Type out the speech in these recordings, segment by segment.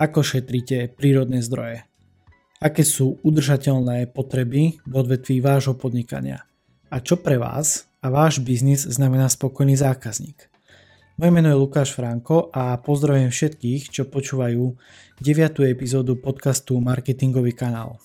Ako šetríte prírodné zdroje? Aké sú udržateľné potreby v odvetví vášho podnikania? A čo pre vás a váš biznis znamená spokojný zákazník? Moje meno je Lukáš Franko a pozdravujem všetkých, čo počúvajú 9. epizódu podcastu Marketingový kanál.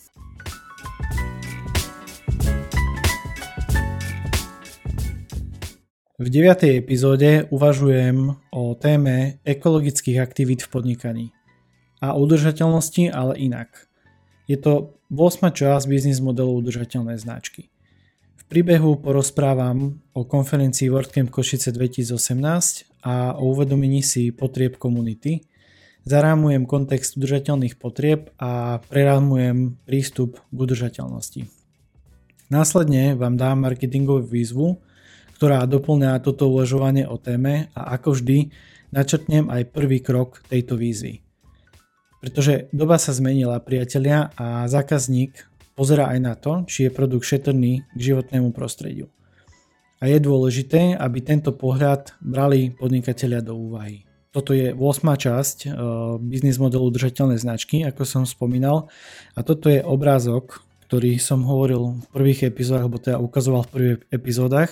V 9. epizóde uvažujem o téme ekologických aktivít v podnikaní a udržateľnosti, ale inak. Je to 8. časť biznis modelu udržateľnej značky. V príbehu porozprávam o konferencii WordCamp Košice 2018 a o uvedomení si potrieb komunity, zarámujem kontext udržateľných potrieb a prerámujem prístup k udržateľnosti. Následne vám dám marketingovú výzvu, ktorá doplňa toto uvažovanie o téme a ako vždy načrtnem aj prvý krok tejto výzvy. Pretože doba sa zmenila, priatelia, a zákazník pozerá aj na to, či je produkt šetrný k životnému prostrediu. A je dôležité, aby tento pohľad brali podnikatelia do úvahy. Toto je 8. časť biznis modelu udržateľnej značky, ako som spomínal, a toto je obrázok, ktorý som hovoril v prvých epizódach, alebo teda ukazoval v prvých epizódach.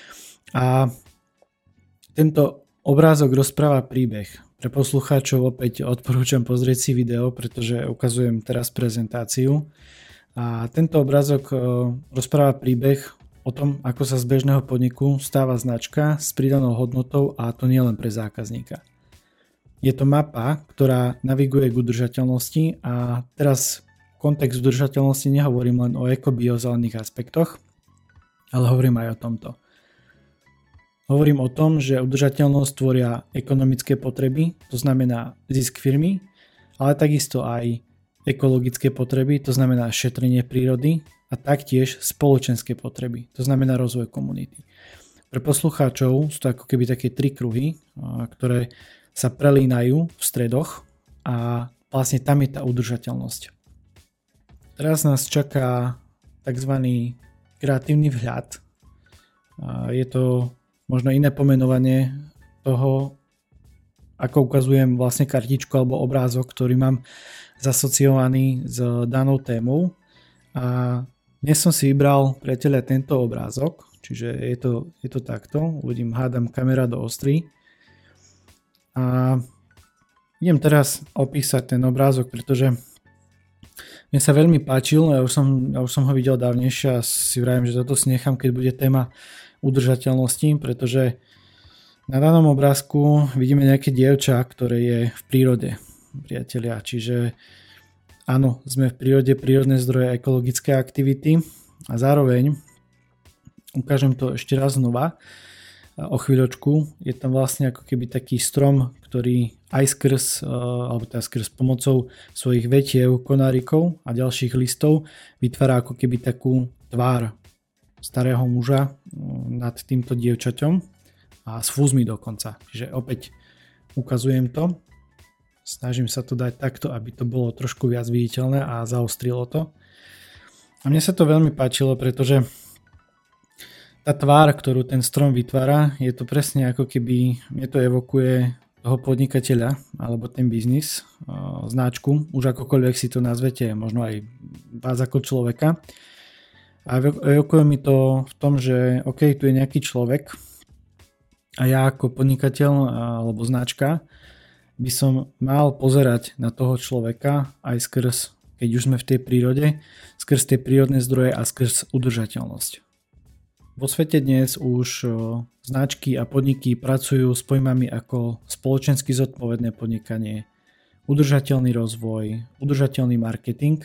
A tento obrázok rozpráva príbeh. Pre poslucháčov opäť odporúčam pozrieť si video, pretože ukazujem teraz prezentáciu. A tento obrázok rozpráva príbeh o tom, ako sa z bežného podniku stáva značka s pridanou hodnotou, a to nie len pre zákazníka. Je to mapa, ktorá naviguje k udržateľnosti, a teraz kontext udržateľnosti nehovorím len o eko-biozelených aspektoch, ale hovorím aj o tomto. Hovorím o tom, že udržateľnosť tvoria ekonomické potreby, to znamená zisk firmy, ale takisto aj ekologické potreby, to znamená šetrenie prírody, a taktiež spoločenské potreby, to znamená rozvoj komunity. Pre poslucháčov sú to ako keby také tri kruhy, ktoré sa prelínajú v stredoch, a vlastne tam je tá udržateľnosť. Teraz nás čaká tzv. Kreatívny vhľad. Je to možno iné pomenovanie toho, ako ukazujem vlastne kartičku alebo obrázok, ktorý mám zasociovaný s danou témou. A dnes som si vybral, priateľia, tento obrázok, čiže je to takto. Uvidím, hádam, kamera do ostry. A idem teraz opísať ten obrázok, pretože mne sa veľmi páčil, ja už som ho videl dávnejšie a si vravím, že toto si nechám, keď bude téma udržateľnosti, pretože na danom obrázku vidíme nejaké dievča, ktoré je v prírode, priatelia. Čiže áno, sme v prírode, prírodné zdroje, ekologické aktivity, a zároveň ukážem to ešte raz znova o chvíľočku. Je tam vlastne ako keby taký strom, ktorý aj skrz pomocou svojich vetiev, konárikov a ďalších listov vytvára ako keby takú tvár starého muža nad týmto dievčaťom a s fúzmi dokonca. Čiže opäť ukazujem to. Snažím sa to dať takto, aby to bolo trošku viac viditeľné a zaostrilo to. A mne sa to veľmi páčilo, pretože tá tvár, ktorú ten strom vytvára, je to presne ako keby, mne to evokuje toho podnikateľa alebo ten biznis, značku, už akokoľvek si to nazvete, možno aj vás ako človeka. A evokuje mi to v tom, že OK, tu je nejaký človek a ja ako podnikateľ alebo značka by som mal pozerať na toho človeka aj skrz, keď už sme v tej prírode, skrz tie prírodné zdroje a skrz udržateľnosť. Vo svete dnes už značky a podniky pracujú s pojmami ako spoločensky zodpovedné podnikanie, udržateľný rozvoj, udržateľný marketing,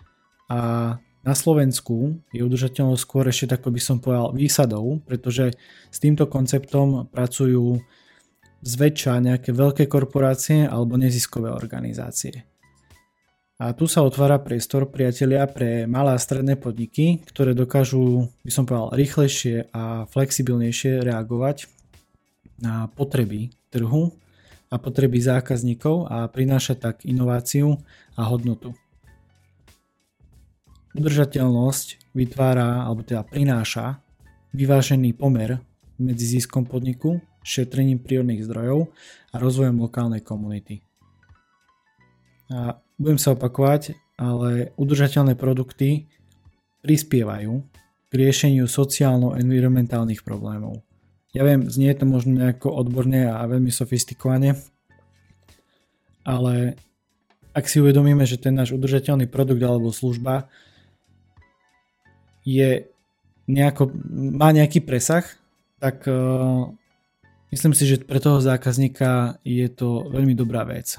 a na Slovensku je udržateľnosť skôr ešte, tak by som povedal, výsadou, pretože s týmto konceptom pracujú zväčša nejaké veľké korporácie alebo neziskové organizácie. A tu sa otvára priestor, priatelia, pre malé a stredné podniky, ktoré dokážu, by som povedal, rýchlejšie a flexibilnejšie reagovať na potreby trhu a potreby zákazníkov a prinášať tak inováciu a hodnotu. Udržateľnosť vytvára, alebo teda prináša vyvážený pomer medzi ziskom podniku, šetrením prírodných zdrojov a rozvojom lokálnej komunity. A budem sa opakovať, ale udržateľné produkty prispievajú k riešeniu sociálno-environmentálnych problémov. Ja viem, znie to možno nejako odborne a veľmi sofistikovane, ale ak si uvedomíme, že ten náš udržateľný produkt alebo služba má nejaký presah, tak myslím si, že pre toho zákazníka je to veľmi dobrá vec.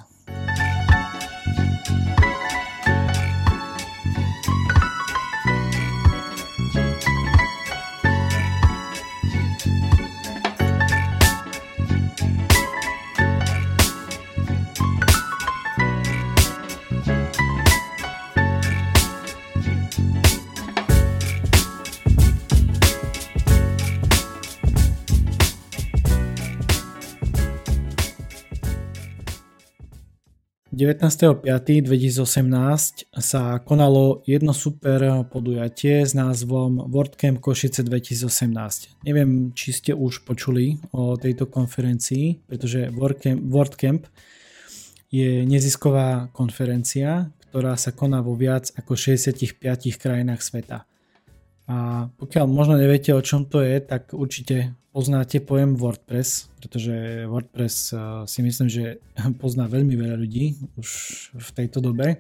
19.5.2018 sa konalo jedno super podujatie s názvom WordCamp Košice 2018. Neviem, či ste už počuli o tejto konferencii, pretože WordCamp je nezisková konferencia, ktorá sa koná vo viac ako 65 krajinách sveta. A pokiaľ možno neviete, o čom to je, tak určite poznáte pojem WordPress, pretože WordPress si myslím, že pozná veľmi veľa ľudí už v tejto dobe.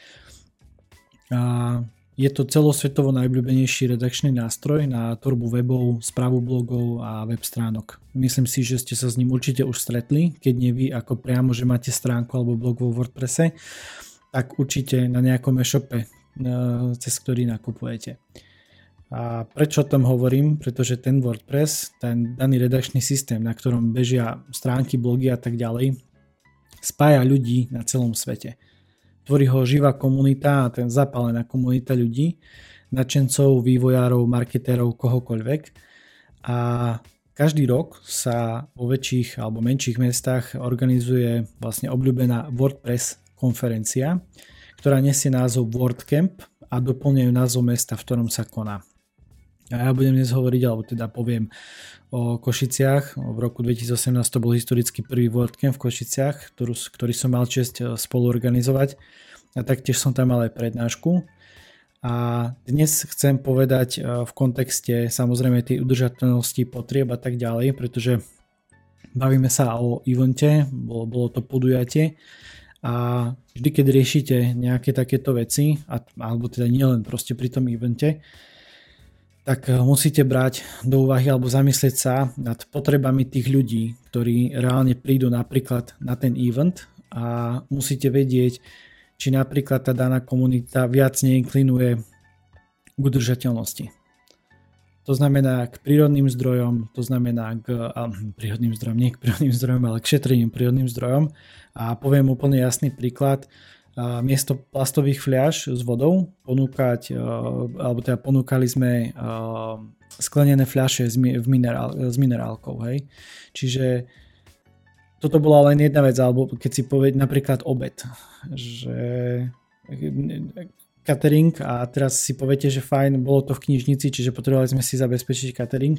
A je to celosvetovo najobľúbenejší redakčný nástroj na tvorbu webov, správu blogov a web stránok. Myslím si, že ste sa s ním určite už stretli, keď nie vy ako priamo, že máte stránku alebo blog vo WordPresse, tak určite na nejakom e-shope, cez ktorý nakupujete. A prečo o tom hovorím? Pretože ten WordPress, ten daný redakčný systém, na ktorom bežia stránky, blogy a tak ďalej, spája ľudí na celom svete. Tvorí ho živá komunita a ten zapálená komunita ľudí, nadšencov, vývojárov, marketérov, kohokoľvek. A každý rok sa vo väčších alebo menších mestách organizuje vlastne obľúbená WordPress konferencia, ktorá nesie názov WordCamp a doplňajú názov mesta, v ktorom sa koná. A ja budem dnes hovoriť, alebo teda poviem o Košiciach. V roku 2018 to bol historicky prvý WordCamp v Košiciach, ktorý som mal čest spoluorganizovať. A taktiež som tam mal aj prednášku. A dnes chcem povedať v kontexte samozrejme tej udržateľnosti potrieb a tak ďalej, pretože bavíme sa o evente, bolo to podujatie. A vždy, keď riešite nejaké takéto veci, alebo teda nielen proste pri tom evente, tak musíte brať do úvahy alebo zamyslieť sa nad potrebami tých ľudí, ktorí reálne prídu napríklad na ten event a musíte vedieť, či napríklad tá daná komunita viac neinklinuje k udržateľnosti. To znamená k prírodným zdrojom, to znamená k prírodným zdrojom, nie k prírodným zdrojom, ale k šetreným prírodným zdrojom. A poviem úplne jasný príklad. Miesto plastových fľaš s vodou ponúkali sme sklenené fľaše s minerálkou. Hej. Čiže toto bola len jedna vec, alebo keď si povedať napríklad obed, že catering a teraz si poviete, že fajn, bolo to v knižnici, čiže potrebovali sme si zabezpečiť catering.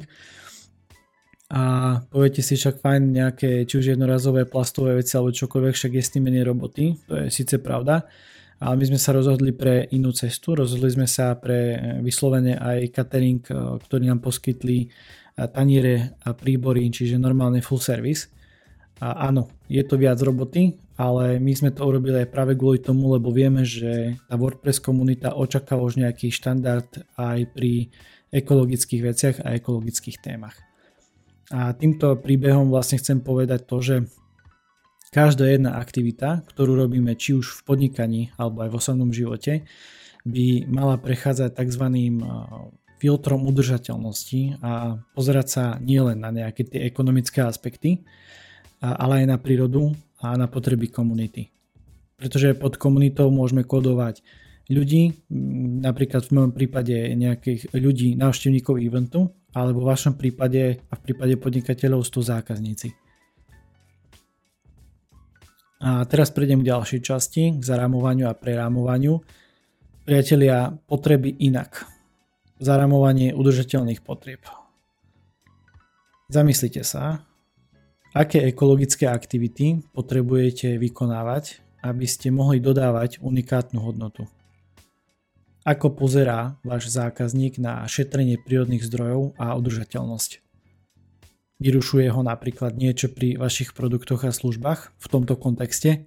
A poviete si však fajn nejaké či už jednorazové plastové veci alebo čokoľvek, však je s tým menej roboty, to je síce pravda, ale my sme sa rozhodli pre inú cestu, rozhodli sme sa pre vyslovene aj catering, ktorý nám poskytli taniere a príbory, čiže normálne full service. A áno, je to viac roboty, ale my sme to urobili aj práve kvôli tomu, lebo vieme, že tá WordPress komunita očakáva už nejaký štandard aj pri ekologických veciach a ekologických témach. A týmto príbehom vlastne chcem povedať to, že každá jedna aktivita, ktorú robíme či už v podnikaní alebo aj v osobnom živote, by mala prechádzať tzv. Filtrom udržateľnosti a pozerať sa nielen na nejaké tie ekonomické aspekty, ale aj na prírodu a na potreby komunity. Pretože pod komunitou môžeme kodovať ľudí, napríklad v mojom prípade nejakých ľudí, návštevníkov eventu, alebo v vašom prípade a v prípade podnikateľov sú to zákazníci. A teraz prejdem k ďalšej časti, k zarámovaniu a prerámovaniu. Priatelia, potreby inak. Zarámovanie udržateľných potrieb. Zamyslite sa, aké ekologické aktivity potrebujete vykonávať, aby ste mohli dodávať unikátnu hodnotu. Ako pozerá váš zákazník na šetrenie prírodných zdrojov a udržateľnosť? Vyrušuje ho napríklad niečo pri vašich produktoch a službách v tomto kontexte?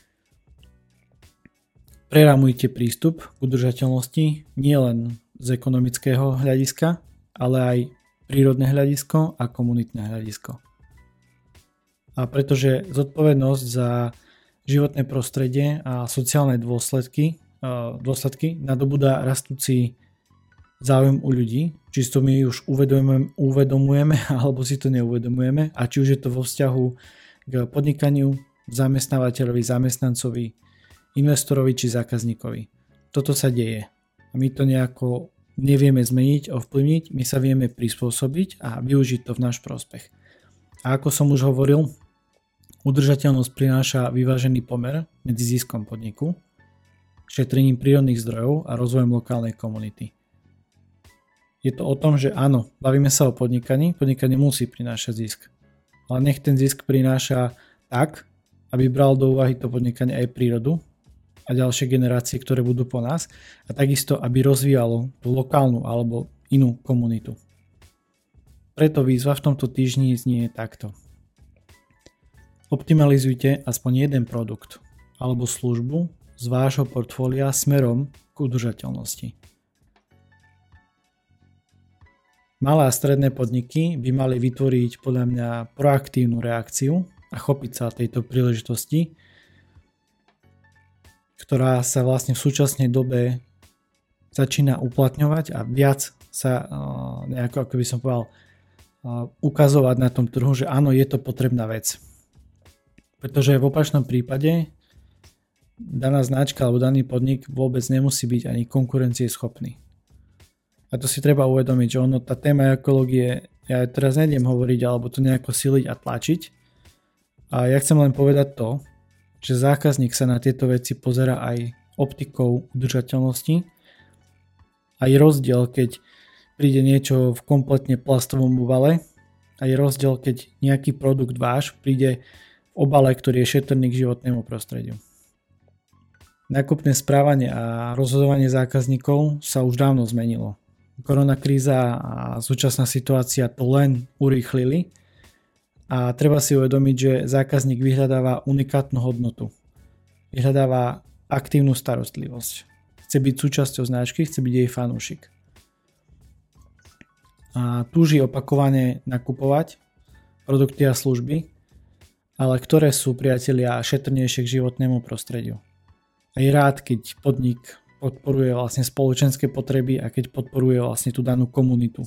Preramujte prístup k udržateľnosti nielen z ekonomického hľadiska, ale aj prírodné hľadisko a komunitné hľadisko. A pretože zodpovednosť za životné prostredie a sociálne dôsledky nadobúda rastúci záujem u ľudí, či to my už uvedomujeme alebo si to neuvedomujeme, a či už je to vo vzťahu k podnikaniu, zamestnávateľovi, zamestnancovi, investorovi či zákazníkovi. Toto sa deje a my to nejako nevieme zmeniť, ovplyvniť, my sa vieme prispôsobiť a využiť to v náš prospech. A ako som už hovoril, udržateľnosť prináša vyvážený pomer medzi ziskom podniku, šetrením prírodných zdrojov a rozvojom lokálnej komunity. Je to o tom, že áno, bavíme sa o podnikaní, podnikanie musí prinášať zisk. Ale nech ten zisk prináša tak, aby bral do úvahy to podnikanie aj prírodu a ďalšie generácie, ktoré budú po nás, a takisto, aby rozvíjalo tú lokálnu alebo inú komunitu. Preto výzva v tomto týždni znie takto. Optimalizujte aspoň jeden produkt alebo službu z vášho portfólia smerom k udržateľnosti. Malé a stredné podniky by mali vytvoriť podľa mňa proaktívnu reakciu a chopiť sa tejto príležitosti, ktorá sa vlastne v súčasnej dobe začína uplatňovať a viac sa nejako, ako by som povedal, ukazovať na tom trhu, že áno, je to potrebná vec. Pretože v opačnom prípade daná značka alebo daný podnik vôbec nemusí byť ani konkurencieschopný. A to si treba uvedomiť, že tá téma ekológie, ja teraz nejdem hovoriť alebo to nejako siliť a tlačiť. A ja chcem len povedať to, že zákazník sa na tieto veci pozerá aj optikou udržateľnosti. A je rozdiel, keď príde niečo v kompletne plastovom obale, a je rozdiel, keď nejaký produkt váš príde v obale, ktorý je šetrný k životnému prostrediu. Nákupné správanie a rozhodovanie zákazníkov sa už dávno zmenilo. Koronakríza a súčasná situácia to len urýchlili a treba si uvedomiť, že zákazník vyhľadáva unikátnu hodnotu. Vyhľadáva aktívnu starostlivosť. Chce byť súčasťou značky, chce byť jej fanúšik. A túži opakovane nakupovať produkty a služby, ale ktoré sú, priatelia, šetrnejšie k životnému prostrediu. A je rád, keď podnik podporuje vlastne spoločenské potreby a keď podporuje vlastne tú danú komunitu.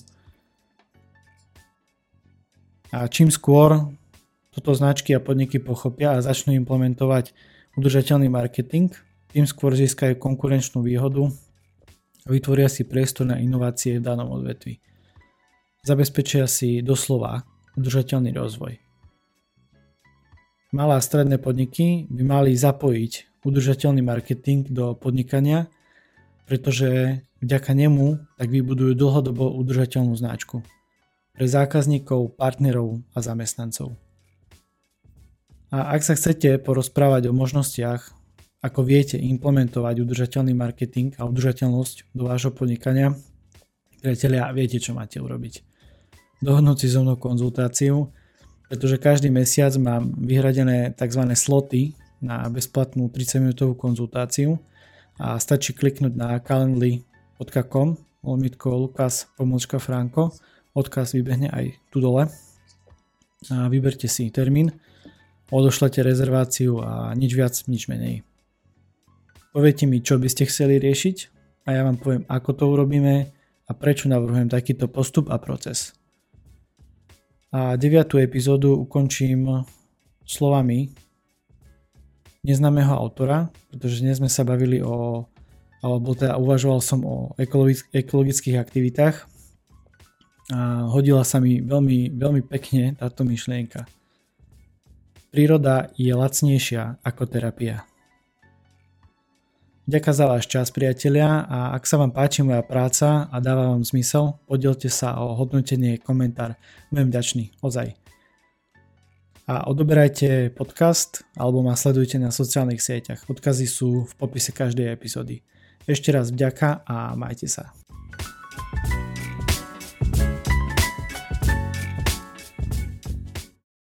A čím skôr toto značky a podniky pochopia a začnú implementovať udržateľný marketing, tým skôr získajú konkurenčnú výhodu a vytvoria si priestor na inovácie v danom odvetví. Zabezpečia si doslova udržateľný rozvoj. Malé a stredné podniky by mali zapojiť udržateľný marketing do podnikania, pretože vďaka nemu tak vybudujú dlhodobo udržateľnú značku pre zákazníkov, partnerov a zamestnancov. A ak sa chcete porozprávať o možnostiach, ako viete implementovať udržateľný marketing a udržateľnosť do vášho podnikania, priatelia, viete, čo máte urobiť. Dohodnúť si so mnou konzultáciu, pretože každý mesiac mám vyhradené tzv. Sloty na bezplatnú 30-minútovú konzultáciu a stačí kliknúť na calendly.com/Lukas-Franko. Odkaz vybehne aj tu dole a vyberte si termín, odošlete rezerváciu a nič viac, nič menej. Poviete mi, čo by ste chceli riešiť a ja vám poviem, ako to urobíme a prečo navrhujem takýto postup a proces. A 9. epizódu ukončím slovami neznámeho autora, pretože dnes sme sa bavili uvažoval som o ekologických aktivitách a hodila sa mi veľmi, veľmi pekne táto myšlienka. Príroda je lacnejšia ako terapia. Ďakujem za váš čas, priatelia, a ak sa vám páči moja práca a dáva vám zmysel, podielte sa o hodnotenie, komentár. Budem vďačný, ozaj. A odoberajte podcast alebo ma sledujte na sociálnych sieťach. Odkazy sú v popise každej epizódy. Ešte raz vďaka a majte sa.